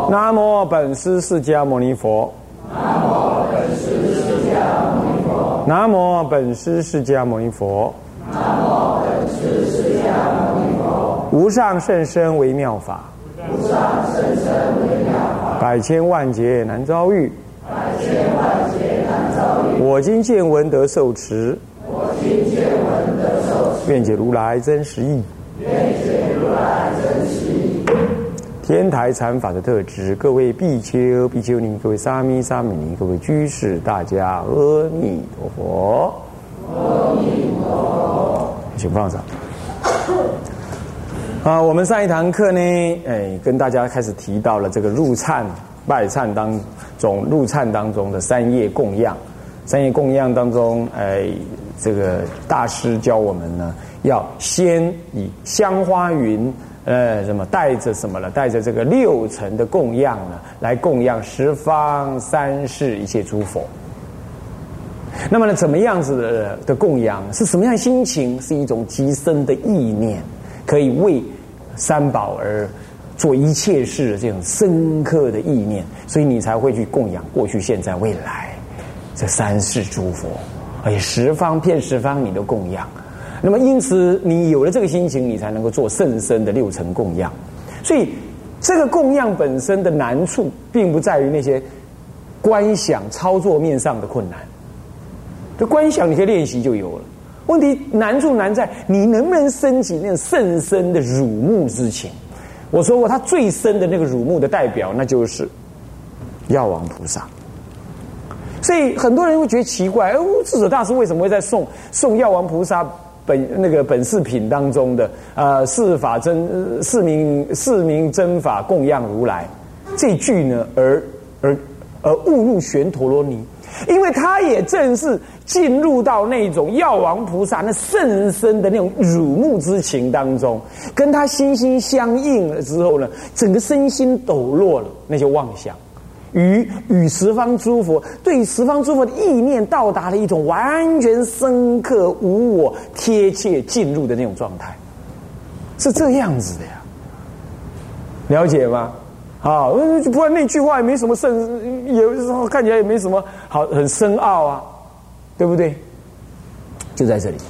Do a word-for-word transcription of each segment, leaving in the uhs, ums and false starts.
南无本师释迦牟尼佛。 南无本师释迦牟尼佛。 南无本师释迦牟尼佛。 南无本师释迦牟尼佛。 无上甚深微妙法。 无上甚深微妙法。 百千万劫难遭遇。 百千万劫难遭遇。 我今见闻得受持。 我今见闻得受持。 愿解如来真实义。 愿解如来真实义。 天台禅法的特质，各位比丘、比丘尼，各位沙弥、沙弥尼，各位居士，大家阿弥陀佛。 阿弥陀佛。 请放上。啊，我们上一堂课呢，哎，跟大家开始提到了这个入忏、拜忏当中，入忏当中的三业供养。三业供养当中，哎，这个大师教我们呢，要先以香花云。呃，什么带着什么了？带着这个六层的供养呢，来供养十方三世一切诸佛。那么呢，怎么样子的的供养？是什么样的心情？是一种极深的意念，可以为三宝而做一切事的这种深刻的意念，所以你才会去供养过去、现在、未来这三世诸佛，而且十方遍十方你都供养。那么因此你有了这个心情，你才能够做甚深的六层供养。所以这个供养本身的难处并不在于那些观想操作面上的困难，这观想你可以练习就有了。问题难处难在你能不能升起那种甚深的辱慕之情。我说过他最深的那个辱慕的代表，那就是药王菩萨。所以很多人会觉得奇怪，智者大师为什么会在送送药王菩萨本那个本事品当中的呃四法真四名四名真法供养如来这句呢，而而而误入旋陀罗尼，因为他也正是进入到那种药王菩萨那甚深的那种辱慕之情当中，跟他心心相应了之后呢，整个身心抖落了那些妄想。与与十方诸佛对十方诸佛的意念到达了一种完全深刻无我贴切进入的那种状态，是这样子的呀，了解吗？啊，不然那句话也没什么深，也看起来也没什么好很深奥啊，对不对？就在这里，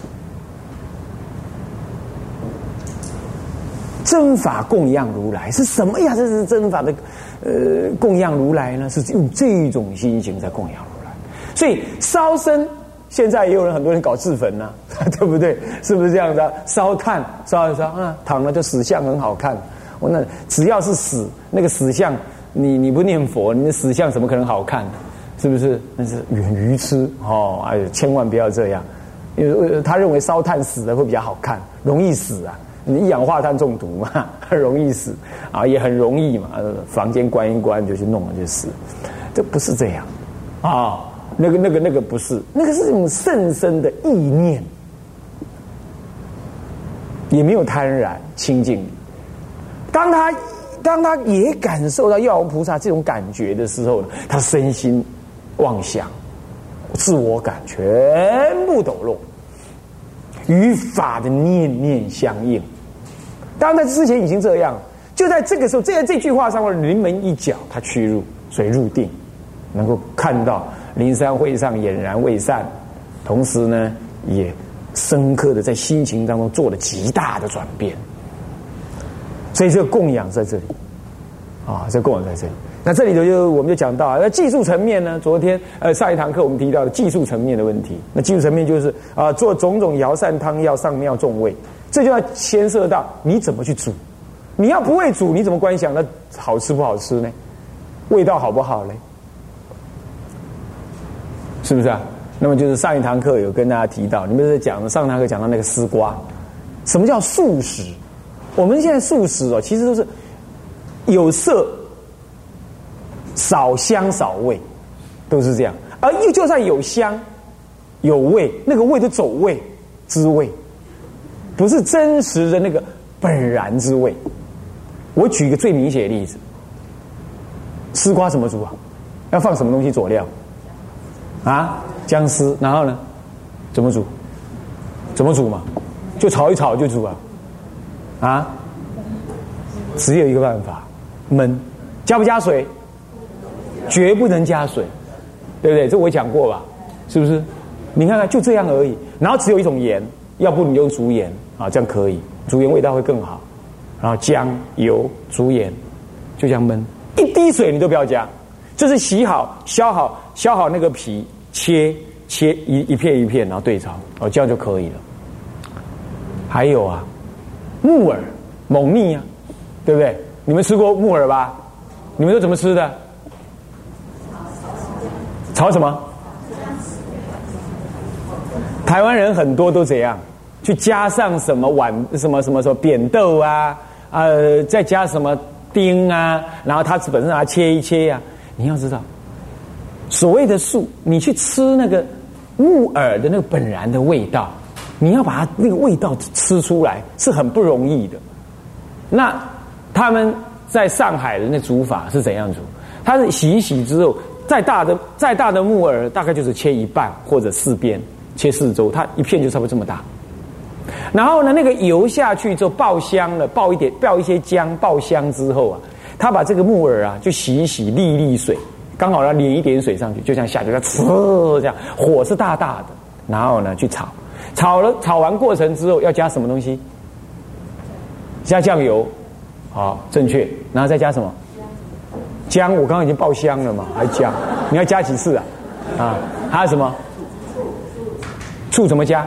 真法供养如来是什么呀？这是真法的。呃，供养如来呢，是用这种心情在供养如来。所以烧身，现在也有人很多人搞自焚呐、啊，对不对？是不是这样的、啊？烧炭，烧一烧啊，躺了就死相很好看。我那只要是死，那个死相，你你不念佛，你的死相怎么可能好看？是不是？那是远愚痴哦！哎，千万不要这样，因为他认为烧炭死的会比较好看，容易死啊。你一氧化碳中毒嘛，很容易死啊，也很容易嘛，房间关一关就去弄了就死，这不是这样啊，那个那个那个不是，那个是一种甚深的意念，也没有贪婪清净。当他当他也感受到药王菩萨这种感觉的时候，他身心妄想、自我感全部抖落。与法的念念相应，当然他之前已经这样，就在这个时候，在这句话上面临门一脚，他屈入，所以入定，能够看到灵山会上俨然未散，同时呢，也深刻的在心情当中做了极大的转变。所以这个供养在这里，啊，这个供养在这里。那这里头就我们就讲到啊，那技术层面呢，昨天呃上一堂课我们提到的技术层面的问题。那技术层面就是啊、呃，做种种摇膳汤药上妙众味，这就要牵涉到你怎么去煮。你要不会煮，你怎么观想那好吃不好吃呢？味道好不好呢？是不是啊？那么就是上一堂课有跟大家提到，你们在讲上一堂课讲到那个丝瓜，什么叫素食？我们现在素食哦，其实都是有色。少香少味，都是这样。而就算有香有味，那个味都走味滋味，不是真实的那个本然之味。我举一个最明显的例子，丝瓜怎么煮啊？要放什么东西佐料啊？姜丝，然后呢怎么煮？怎么煮嘛？就炒一炒就煮啊？啊？只有一个办法，焖。 加不加水？绝不能加水，对不对？这我讲过吧？是不是？你看看，就这样而已。然后只有一种盐，要不你用竹盐啊，这样可以，竹盐味道会更好。然后姜、油、竹盐，就这样焖，一滴水你都不要加，就是洗好、削好、削好那个皮，切切一一片一片，然后对炒，哦，这样就可以了。还有啊，木耳、猛蜜啊，对不对？你们吃过木耳吧？你们都怎么吃的？炒什么？台湾人很多都这样，去加上什么豌什么什么什么扁豆啊，呃，再加什么丁啊，然后它本身把它切一切呀、啊。你要知道，所谓的素，你去吃那个木耳的那个本然的味道，你要把它那个味道吃出来是很不容易的。那他们在上海的那煮法是怎样煮？它是洗一洗之后，再大的再大的木耳大概就是切一半或者四边，切四周，它一片就差不多这么大。然后呢，那个油下去之后爆香了，爆一点，爆一些姜，爆香之后啊，他把这个木耳啊就洗一洗，沥沥水，刚好要淋一点水上去，就这样下去，它呲这样，火是大大的，然后呢去炒，炒了炒完过程之后要加什么东西？加酱油，好，正确。然后再加什么？姜，我刚刚已经爆香了嘛，还加，你要加几次啊？啊，还有什么？醋怎么加？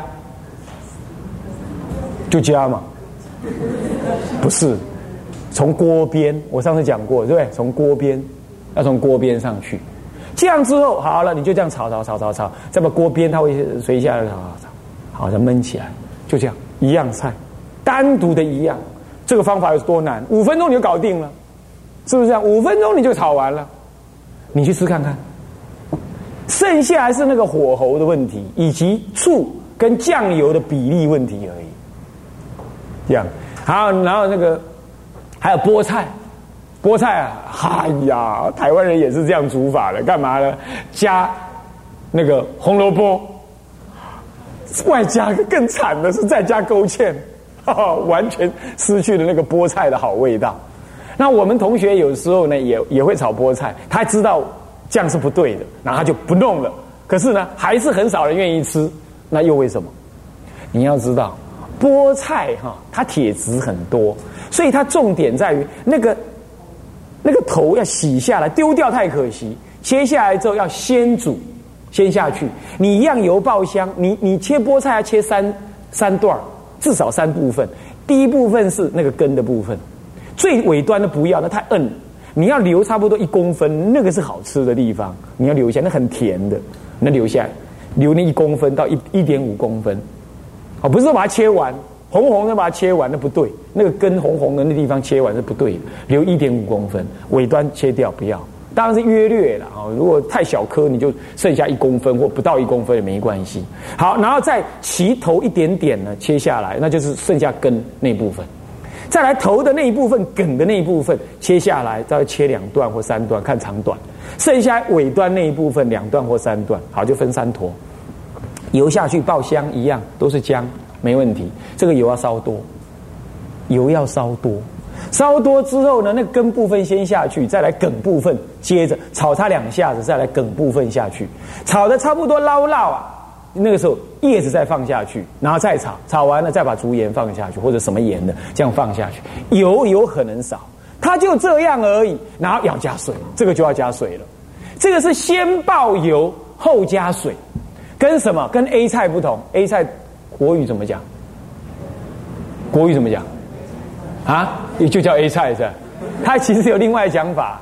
就加嘛，不是，从锅边，我上次讲过，对不对？从锅边，要从锅边上去，这样之后好了，你就这样炒炒炒炒炒，再把锅边它会随下来炒炒炒，好，再焖起来，就这样，一样菜，单独的一样，这个方法有多难？五分钟你就搞定了，是不是这样？五分钟你就炒完了，你去试看看。剩下还是那个火候的问题，以及醋跟酱油的比例问题而已。这样，好，然后那个还有菠菜，菠菜啊，哎呀，台湾人也是这样煮法的，干嘛呢？加那个红萝卜，外加更惨的是再加勾芡，哦，完全失去了那个菠菜的好味道。那我们同学有时候呢也也会炒菠菜，他知道这样是不对的，然后他就不弄了。可是呢，还是很少人愿意吃，那又为什么？你要知道。菠菜哈，它铁质很多，所以它重点在于那个那个头要洗下来，丢掉太可惜。切下来之后要先煮，先下去。你一样油爆香，你你切菠菜要切三三段，至少三部分。第一部分是那个根的部分，最尾端的不要，那太硬。你要留差不多一公分，那个是好吃的地方，你要留下，那很甜的，那留下来，留那一公分到一一点五公分。哦，不是把它切完，红红的把它切完，那不对。那个根红红的那地方切完是不对的，留一点五公分，尾端切掉不要。当然是约略了啊、哦，如果太小颗，你就剩下一公分或不到一公分也没关系。好，然后再齐头一点点呢切下来，那就是剩下根那部分。再来头的那一部分，梗的那一部分切下来，再切两段或三段，看长短。剩下尾端那一部分两段或三段，好，就分三坨。油下去爆香一样，都是姜，没问题。这个油要烧多，油要烧多，烧多之后呢，那个根部分先下去，再来梗部分，接着炒它两下子，再来梗部分下去，炒的差不多捞捞啊，那个时候叶子再放下去，然后再炒，炒完了再把竹盐放下去，或者什么盐的这样放下去，油有可能少，它就这样而已。然后要加水，这个就要加水了。这个是先爆油后加水。跟什么？跟 A 菜不同。A 菜国语怎么讲？国语怎么讲？啊，也就叫 A 菜是吧？它其实有另外讲法。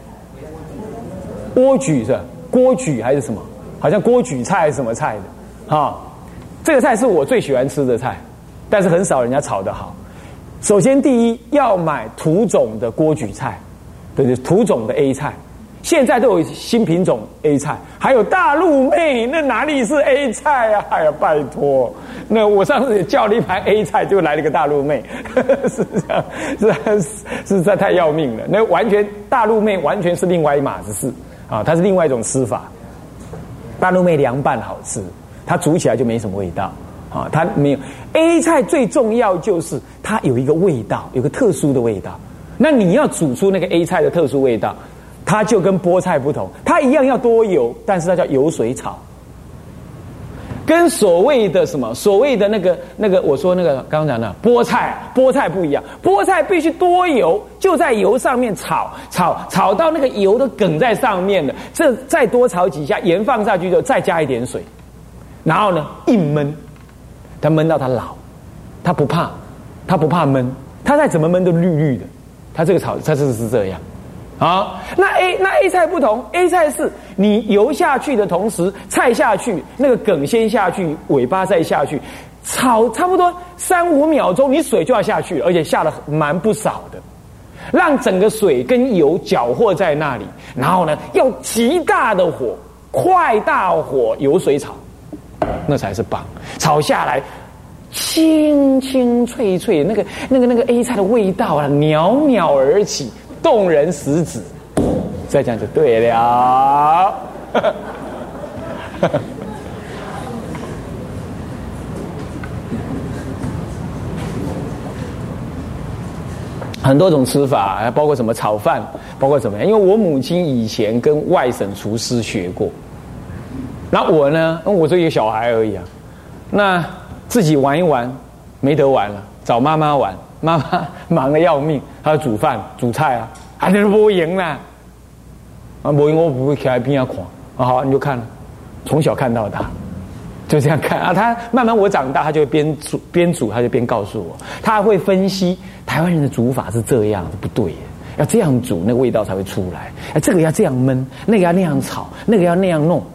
莴苣是吧？莴苣还是什么？好像莴苣菜还是什么菜的？啊，这个菜是我最喜欢吃的菜，但是很少人家炒得好。首先，第一要买土种的莴苣菜，对对，土种的 A 菜。现在都有新品种 A 菜，还有大陆妹，那哪里是 A 菜啊？哎呀，拜托！那我上次也叫了一盘 A 菜，就来了个大陆妹，是这样，是实在太要命了。那完全大陆妹完全是另外一码子事啊，它是另外一种吃法。大陆妹凉拌好吃，它煮起来就没什么味道啊，它没有 A 菜最重要就是它有一个味道，有个特殊的味道。 那你要煮出那个 A 菜的特殊味道，它就跟菠菜不同，它一样要多油，但是它叫油水炒。跟所谓的什么，所谓的那个那个，我说那个刚刚讲的菠菜，菠菜不一样，菠菜必须多油，就在油上面炒，炒炒到那个油都梗在上面了，这再多炒几下，盐放下去之后再加一点水，然后呢硬焖，它焖到它老，它不怕，它不怕焖，它再怎么焖都绿绿的，它这个炒它是是这样。好，那 A 那 A 菜不同 ，A 菜是你油下去的同时，菜下去，那个梗先下去，尾巴再下去，炒差不多三五秒钟，你水就要下去了，而且下了蛮不少的，让整个水跟油搅和在那里，然后呢，要极大的火，快大火油水炒，那才是棒，炒下来。清清脆脆，那个那个那个 A 菜的味道啊，袅袅而起，动人食指。再讲就对了。很多种吃法，包括什么炒饭，包括什么样？因为我母亲以前跟外省厨师学过，那我呢，因为我是一个小孩而已啊，那。自己玩一玩，没得玩了，找妈妈玩。妈妈忙得要命，她要煮饭、煮菜啊，啊，你都不赢啦，啊，不赢我不会起来边上看，啊，好，你就看了，从小看到大，就这样看啊。他慢慢我长大，他就会边煮边煮，他就边告诉我，他还会分析台湾人的煮法是这样，不对，要这样煮，那个味道才会出来。哎，这个要这样焖，那个要那样炒，那个要那样弄，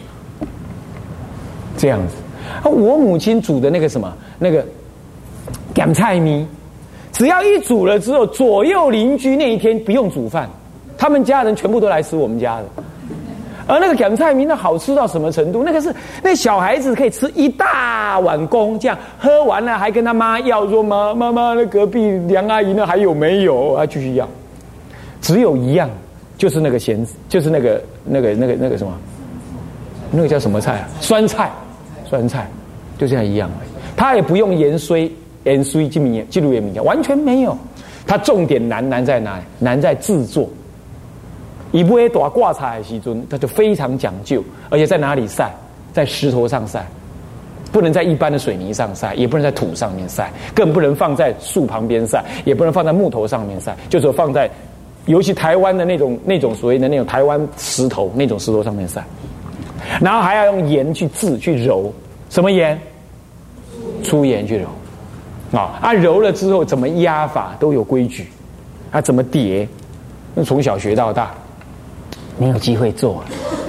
这样子。我母亲煮的那个什么那个咸菜米，只要一煮了之后，左右邻居那一天不用煮饭，他们家人全部都来吃我们家的。而那个咸菜米那好吃到什么程度？那个是那小孩子可以吃一大碗公，这样喝完了还跟他妈要说妈妈妈，那隔壁梁阿姨那还有没有？啊，继续要。只有一样，就是那个咸，就是那个那个那个那个什么，那个叫什么菜啊？酸菜。酸菜就这样一样而已，他也不用盐水、盐水这米记录也米完全没有。他重点难难在哪里？难在制作。以不会打挂菜的时阵，他就非常讲究，而且在哪里晒？在石头上晒，不能在一般的水泥上晒，也不能在土上面晒，更不能放在树旁边晒，也不能放在木头上面晒，就只有放在，尤其台湾的那种那种所谓的那种台湾石头那种石头上面晒。然后还要用盐去制去揉，什么盐？粗盐去揉，啊啊揉了之后怎么压法都有规矩，啊怎么叠，那从小学到大，没有机会做，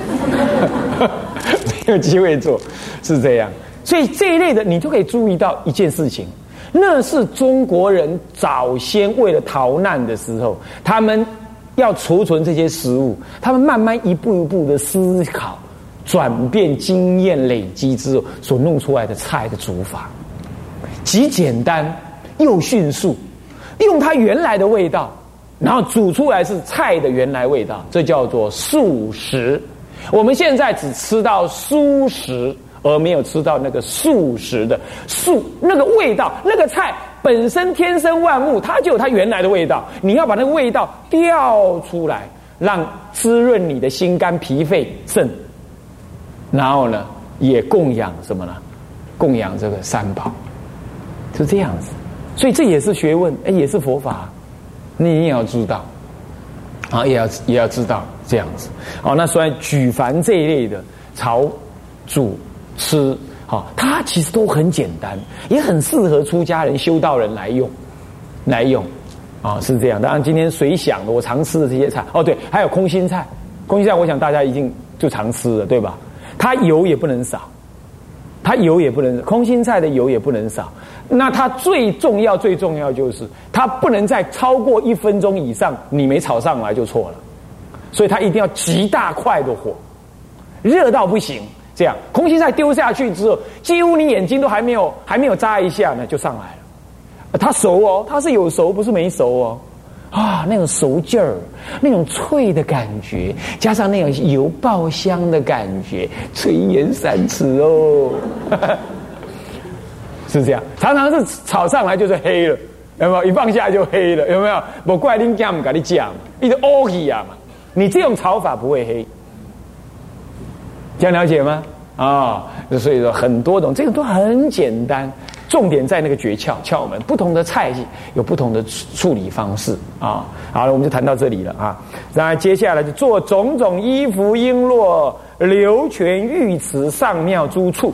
没有机会做，是这样。所以这一类的你就可以注意到一件事情，那是中国人早先为了逃难的时候，他们要储存这些食物，他们慢慢一步一步的思考。转变经验累积之后所弄出来的菜的煮法，极简单又迅速，用它原来的味道，然后煮出来是菜的原来味道，这叫做素食。我们现在只吃到蔬食，而没有吃到那个素食的素那个味道，那个菜本身天生万物，它就有它原来的味道，你要把那个味道调出来，让滋润你的心肝脾肺肾。然后呢，也供养什么呢？供养这个三宝，是这样子。所以这也是学问，哎，也是佛法，你也要知道，啊，也要也要知道这样子。好，那所以举凡这一类的炒、煮、吃，好，它其实都很简单，也很适合出家人、修道人来用，来用，啊，是这样。当然，今天谁想的，我常吃的这些菜，哦，对，还有空心菜，空心菜，我想大家一定就常吃了，对吧？它油也不能少，它油也不能，空心菜的油也不能少。那它最重要、最重要就是它不能再超过一分钟以上，你没炒上来就错了。所以它一定要极大块的火，热到不行。这样，空心菜丢下去之后，几乎你眼睛都还没有还没有眨一下呢，就上来了。它熟哦，它是有熟，不是没熟哦。啊，那种熟劲儿，那种脆的感觉，加上那种油爆香的感觉，炊烟三尺哦，是这样。常常是炒上来就是黑了， 有没有？一放下就黑了，有没有？不怪恁家唔跟你讲，一直乌起啊嘛。你这种炒法不会黑，这样了解吗？啊、哦，所以说很多种，这个都很简单，重点在那个诀窍窍门。不同的菜系有不同的处理方式啊。好了，我们就谈到这里了啊。那接下来就做种种衣服璎珞、流泉玉池、上妙诸处。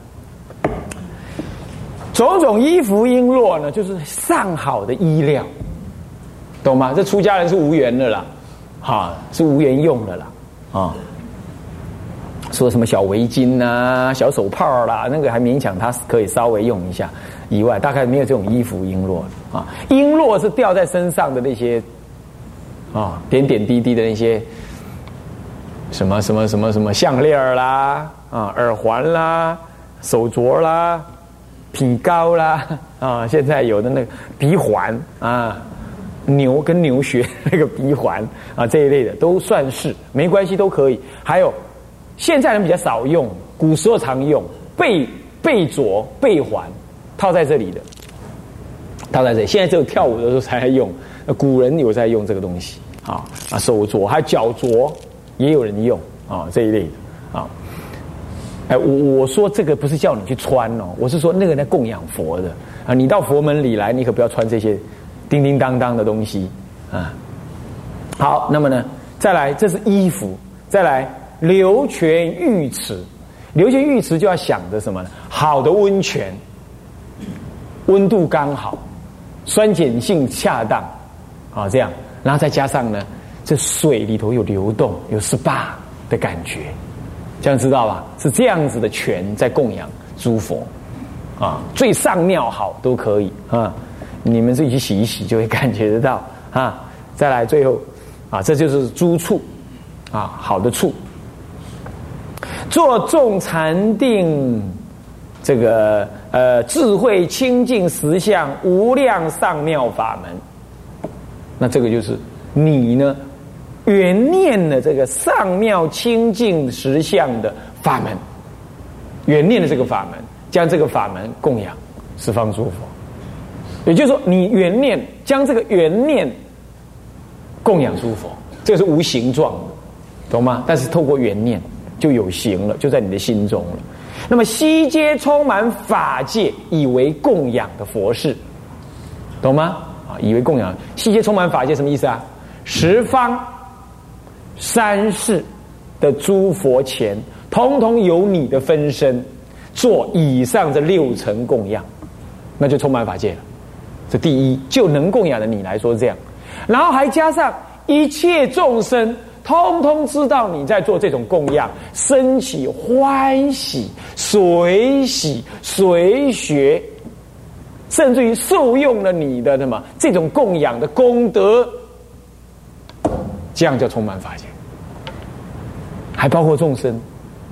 种种衣服璎珞呢，就是上好的衣料，懂吗？这出家人是无缘的啦。哈，是无缘用的啦，啊，说什么小围巾啊、小手帕啦，那个还勉强他可以稍微用一下，以外大概没有这种衣服璎珞啊。璎珞是吊在身上的那些啊，点点滴滴的那些什么什么什么什么项链啦、啊耳环啦、手镯啦、品膏啦啊，现在有的那个鼻环啊。牛跟牛血那个鼻环啊，这一类的都算是没关系，都可以。还有现在人比较少用，古时候常用背背镯、背环，套在这里的，套在这里。现在只有跳舞的时候才在用，古人有在用这个东西啊啊，手镯还有脚镯也有人用啊，这一类的啊。哎，我我说这个不是叫你去穿哦，我是说那个在供养佛的啊，你到佛门里来，你可不要穿这些叮叮当当的东西啊！好，那么呢，再来，这是衣服，再来流泉浴池，流泉浴池就要想着什么呢？好的温泉，温度刚好，酸碱性恰当啊，这样，然后再加上呢，这水里头有流动，有 S P A 的感觉，这样知道吧？是这样子的泉在供养诸佛啊，最上妙好都可以啊。你们自己去洗一洗，就会感觉得到啊。再来，最后啊，这就是诸处啊，好的处。做众禅定，这个呃智慧清净实相无量上妙法门。那这个就是你呢缘念的这个上妙清净实相的法门，缘念的这个法门，将这个法门供养十方诸佛。也就是说，你缘念将这个缘念供养诸佛，这个是无形状的，懂吗？但是透过缘念就有形了，就在你的心中了。那么悉皆充满法界，以为供养的佛事，懂吗？啊，以为供养，悉皆充满法界什么意思啊？十方三世的诸佛前，通通有你的分身，做以上这六层供养，那就充满法界了。这第一，就能供养的你来说是这样，然后还加上一切众生通通知道你在做这种供养，生起欢喜，随喜随学，甚至于受用了你的什么这种供养的功德，这样叫充满法界，还包括众生。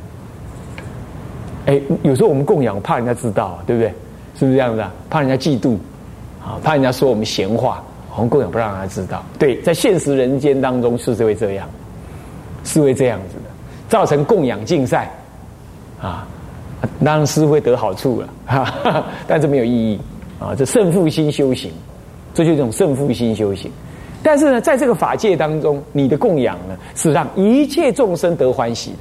哎，有时候我们供养怕人家知道，对不对？是不是这样子啊？怕人家嫉妒啊，怕人家说我们闲话，我们供养不让人家知道。对，在现实人间当中是会这样，是会这样子的，造成供养竞赛啊，当然是会得好处了，哈哈，但是没有意义啊。这胜负心修行，这就是一种胜负心修行。但是呢，在这个法界当中，你的供养呢，是让一切众生得欢喜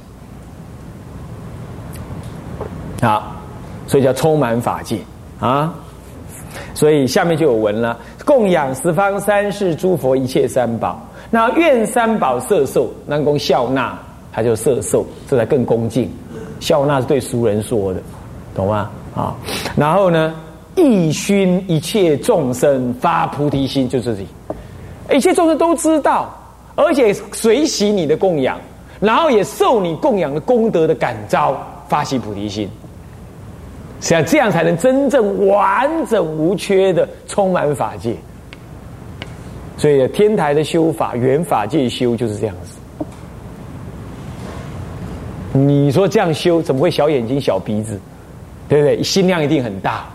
的。好，所以叫充满法界啊。所以下面就有文了：供养十方三世诸佛一切三宝，那愿三宝摄受，那供笑纳，他就摄受，这才更恭敬。笑纳是对俗人说的，懂吗？啊，然后呢，亦熏一切众生发菩提心，就自己，一切众生都知道，而且随喜你的供养，然后也受你供养的功德的感召，发起菩提心。实际上这样才能真正完整无缺的充满法界。所以天台的修法，圆法界修就是这样子。你说这样修，怎么会小眼睛小鼻子？对不对？心量一定很大。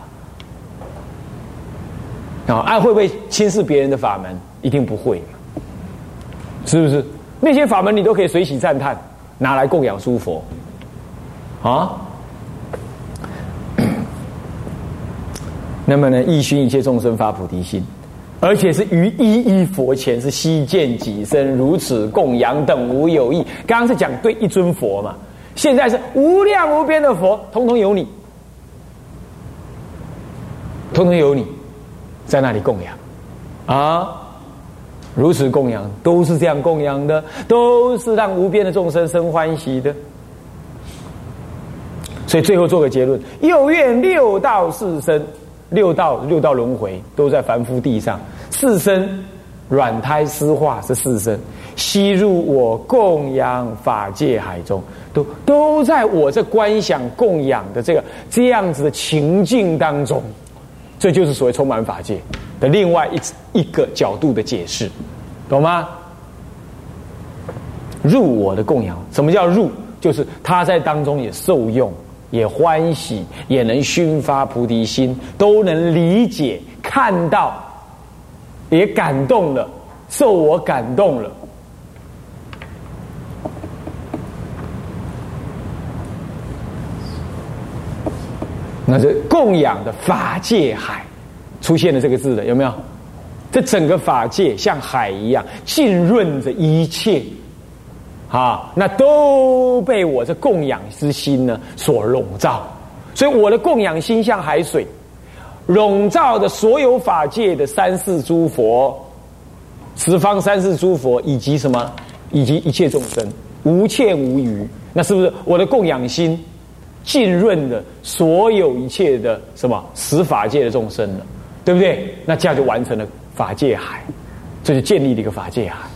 啊，爱会不会轻视别人的法门？一定不会，是不是？那些法门你都可以随喜赞叹，拿来供养诸佛，啊。那么呢，亦熏一切众生发菩提心， 而且是于一一佛前是悉见己身，如此供养等无有异。刚刚是讲对一尊佛嘛，现在是无量无边的佛，通通有你，通通有你在那里供养啊！如此供养，都是这样供养的，都是让无边的众生生欢喜的。所以最后做个结论：又愿六道四生。六道六道轮回都在凡夫地上，四生软胎湿化是四生，吸入我供养法界海中，都都在我这观想供养的这个这样子的情境当中，这就是所谓充满法界的另外一一个角度的解释，懂吗？入我的供养，什么叫入？就是他在当中也受用。也欢喜，也能熏发菩提心，都能理解、看到，也感动了，受我感动了。那这供养的法界海出现了这个字了，有没有？这整个法界像海一样，浸润着一切。啊，那都被我这供养之心呢所笼罩，所以我的供养心像海水，笼罩的所有法界的三世诸佛、十方三世诸佛以及什么，以及一切众生，无欠无余。那是不是我的供养心浸润了所有一切的什么十法界的众生了，对不对？那这样就完成了法界海，这就建立了一个法界海。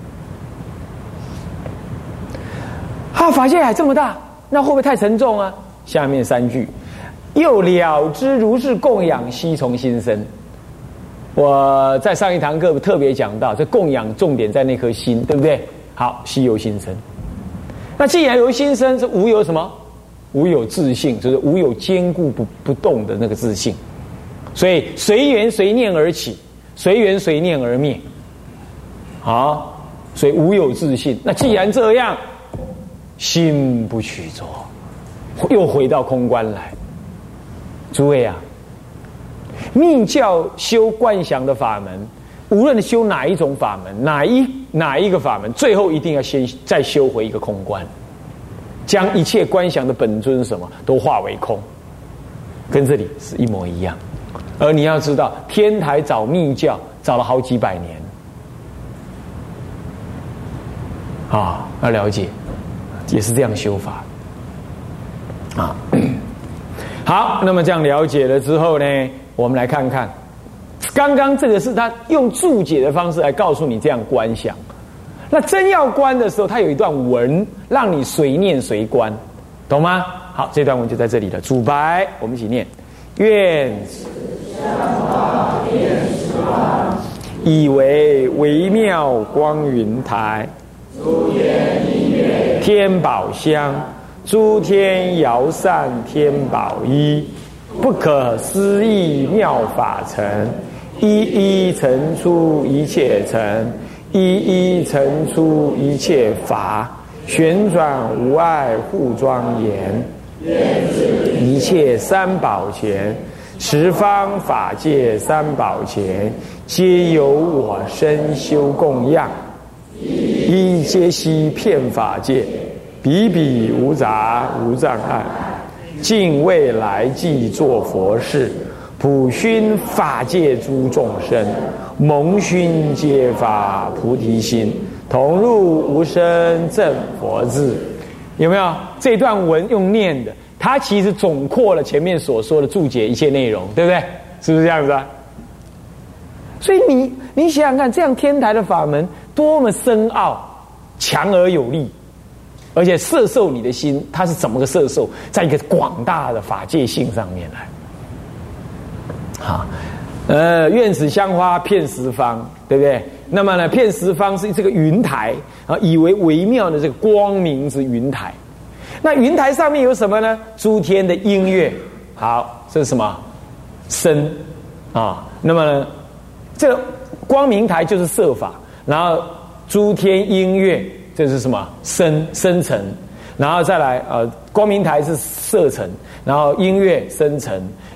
啊，法界海这么大，那会不会太沉重啊？下面三句，又了知如是供养，悉从心生。我在上一堂课特别讲到，这供养重点在那颗心，对不对？好，悉由心生。那既然由心生，是无有什么？无有自性，就是无有坚固不不动的那个自性。所以随缘随念而起，随缘随念而灭。好，所以无有自性。那既然这样，心不取着，又回到空观来。诸位啊，密教修观想的法门，无论修哪一种法门，哪一哪一个法门，最后一定要先再修回一个空观，将一切观想的本尊什么都化为空，跟这里是一模一样。而你要知道，天台找密教找了好几百年啊，要了解。也是这样修法啊。好，那么这样了解了之后呢，我们来看看，刚刚这个是他用注解的方式来告诉你这样观想。那真要观的时候，他有一段文让你随念随观，懂吗？好，这段文就在这里了。主白，我们一起念：愿以为微妙光云台。天宝香，诸天摇散天宝衣，不可思议妙法尘，一一成出一切尘，一一成出一切法，旋转无碍护庄严，一切三宝前，十方法界三宝前，皆由我身修供养。一皆悉遍法界，比比无杂无障碍，尽未来际作佛事，普熏法界诸众生，蒙熏皆发菩提心，同入无生正佛智。有没有这段文用念的？它其实总括了前面所说的注解一切内容，对不对？是不是这样子啊？所以你你想想看，这样天台的法门多么深奥、强而有力，而且摄受你的心，它是怎么个摄受？在一个广大的法界性上面来。好，呃，愿此香花遍十方，对不对？那么呢，遍十方是这个云台啊，以为微妙的这个光明之云台。那云台上面有什么呢？诸天的音乐。好，这是什么？声啊。那么呢，这个光明台就是色法，然后诸天音乐这是什么？声声尘，然后再来呃，光明台是色尘，然后音乐声尘，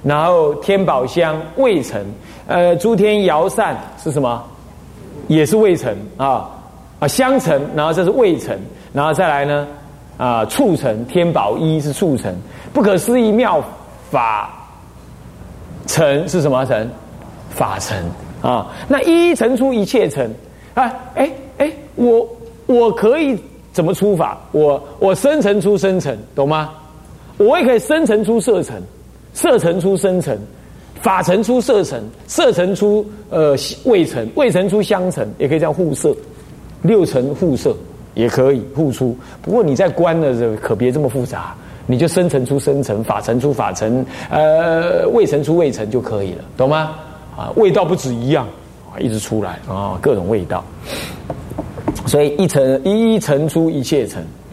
然后天宝香未成，呃，诸天摇散是什么？也是未成啊啊，相成，然后这是未成，然后再来呢啊，促成天宝一是促成，不可思议妙法成是什么成？法成啊，那一一成出一切成啊，哎哎，我我可以怎么出法？我我生成出生成，懂吗？我也可以生成出色成，色成出生成，法成出色成，色成出呃未成，未成出相成，也可以这样互色，六成互色也可以互出。不过你在观的时候可别这么复杂，你就生成出生成，法成出法成，呃未成出未成就可以了，懂吗？啊，味道不止一样，一直出来啊，各种味道。所以一成一一成出一切成。